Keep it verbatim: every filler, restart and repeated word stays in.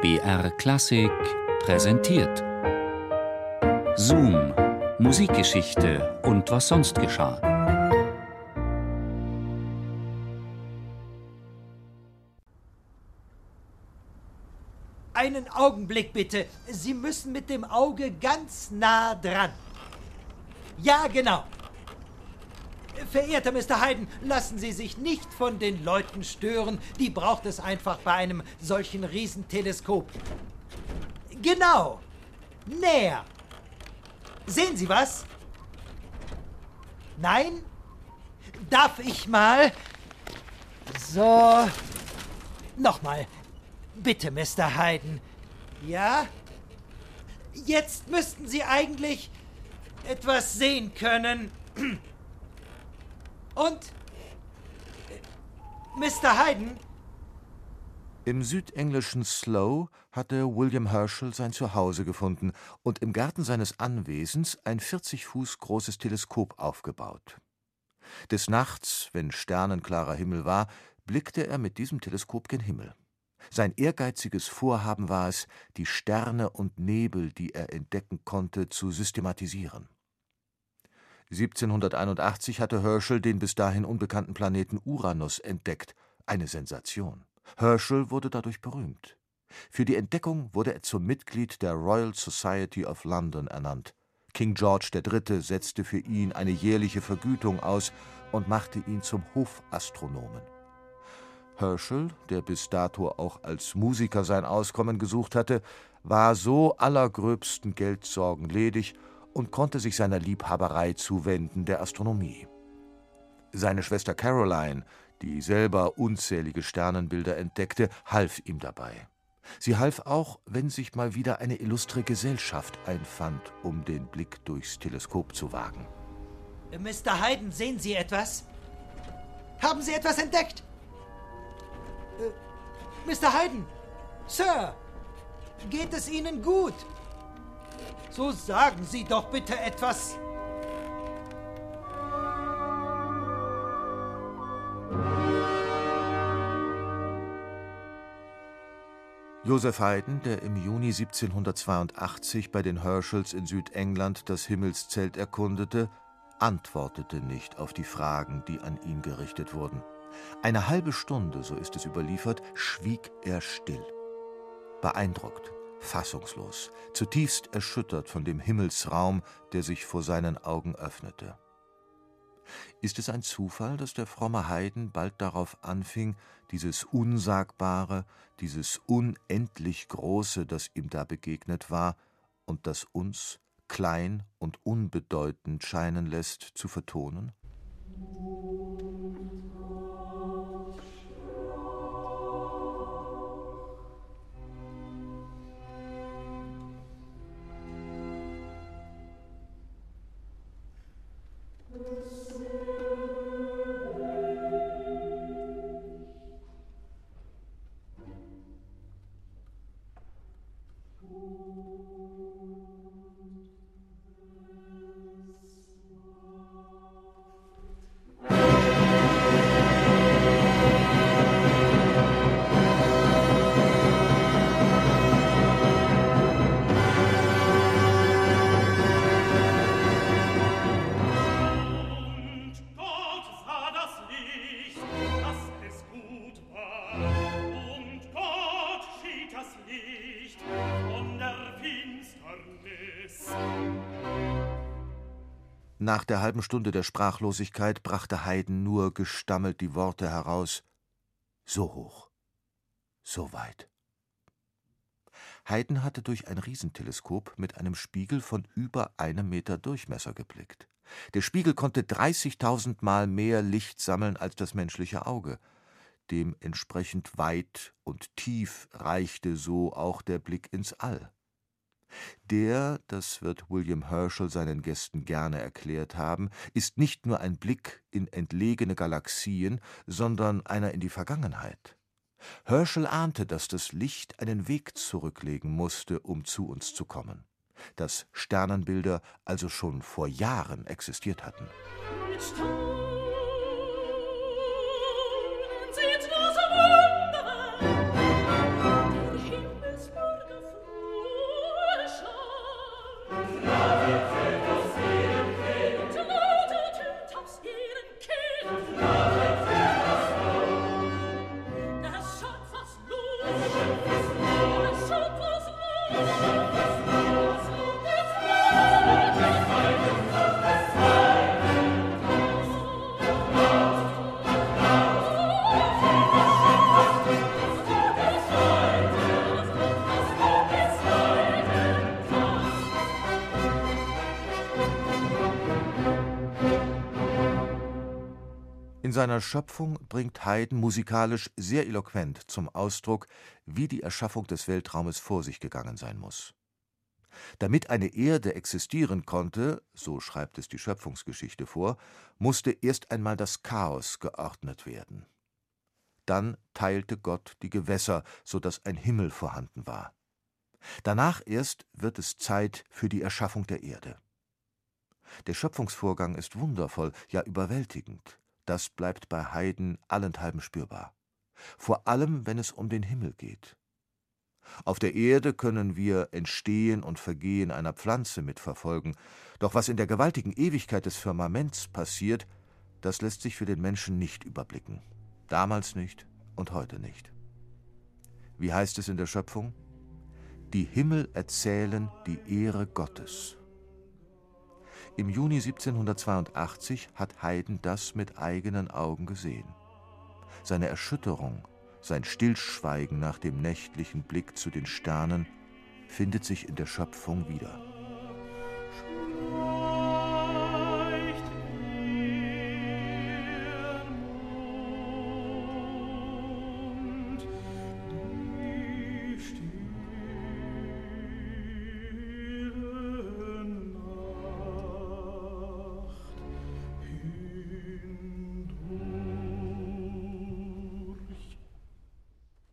B R Klassik präsentiert Zoom, Musikgeschichte und was sonst geschah. Einen Augenblick bitte. Sie müssen mit dem Auge ganz nah dran. Ja, genau. Verehrter Mister Haydn, lassen Sie sich nicht von den Leuten stören. Die braucht es einfach bei einem solchen Riesenteleskop. Genau. Näher. Sehen Sie was? Nein? Darf ich mal? So. Nochmal. Bitte, Mister Haydn. Ja? Jetzt müssten Sie eigentlich etwas sehen können. Und? Mister Haydn? Im südenglischen Slough hatte William Herschel sein Zuhause gefunden und im Garten seines Anwesens ein vierzig Fuß großes Teleskop aufgebaut. Des Nachts, wenn sternenklarer Himmel war, blickte er mit diesem Teleskop gen Himmel. Sein ehrgeiziges Vorhaben war es, die Sterne und Nebel, die er entdecken konnte, zu systematisieren. siebzehnhunderteinundachtzig hatte Herschel den bis dahin unbekannten Planeten Uranus entdeckt, eine Sensation. Herschel wurde dadurch berühmt. Für die Entdeckung wurde er zum Mitglied der Royal Society of London ernannt. King George der Dritte setzte für ihn eine jährliche Vergütung aus und machte ihn zum Hofastronomen. Herschel, der bis dato auch als Musiker sein Auskommen gesucht hatte, war so allergröbsten Geldsorgen ledig und konnte sich seiner Liebhaberei zuwenden, der Astronomie. Seine Schwester Caroline, die selber unzählige Sternenbilder entdeckte, half ihm dabei. Sie half auch, wenn sich mal wieder eine illustre Gesellschaft einfand, um den Blick durchs Teleskop zu wagen. Mister Haydn, sehen Sie etwas? Haben Sie etwas entdeckt? Äh, Mister Haydn, Sir, geht es Ihnen gut? So sagen Sie doch bitte etwas. Joseph Haydn, der im Juni siebzehnhundertzweiundachtzig bei den Herschels in Südengland das Himmelszelt erkundete, antwortete nicht auf die Fragen, die an ihn gerichtet wurden. Eine halbe Stunde, so ist es überliefert, schwieg er still. Beeindruckt, fassungslos, zutiefst erschüttert von dem Himmelsraum, der sich vor seinen Augen öffnete. Ist es ein Zufall, dass der fromme Haydn bald darauf anfing, dieses Unsagbare, dieses unendlich Große, das ihm da begegnet war und das uns klein und unbedeutend scheinen lässt, zu vertonen? Nach der halben Stunde der Sprachlosigkeit brachte Haydn nur gestammelt die Worte heraus: So hoch, so weit. Haydn hatte durch ein Riesenteleskop mit einem Spiegel von über einem Meter Durchmesser geblickt. Der Spiegel konnte dreißigtausend Mal mehr Licht sammeln als das menschliche Auge. Dementsprechend weit und tief reichte so auch der Blick ins All. Der, das wird William Herschel seinen Gästen gerne erklärt haben, ist nicht nur ein Blick in entlegene Galaxien, sondern einer in die Vergangenheit. Herschel ahnte, dass das Licht einen Weg zurücklegen musste, um zu uns zu kommen, dass Sternenbilder also schon vor Jahren existiert hatten. In seiner Schöpfung bringt Haydn musikalisch sehr eloquent zum Ausdruck, wie die Erschaffung des Weltraumes vor sich gegangen sein muss. Damit eine Erde existieren konnte, so schreibt es die Schöpfungsgeschichte vor, musste erst einmal das Chaos geordnet werden. Dann teilte Gott die Gewässer, so dass ein Himmel vorhanden war. Danach erst wird es Zeit für die Erschaffung der Erde. Der Schöpfungsvorgang ist wundervoll, ja überwältigend. Das bleibt bei Haydn allenthalben spürbar. Vor allem, wenn es um den Himmel geht. Auf der Erde können wir Entstehen und Vergehen einer Pflanze mitverfolgen, doch was in der gewaltigen Ewigkeit des Firmaments passiert, das lässt sich für den Menschen nicht überblicken. Damals nicht und heute nicht. Wie heißt es in der Schöpfung? Die Himmel erzählen die Ehre Gottes. Im Juni siebzehnhundertzweiundachtzig hat Haydn das mit eigenen Augen gesehen. Seine Erschütterung, sein Stillschweigen nach dem nächtlichen Blick zu den Sternen findet sich in der Schöpfung wieder.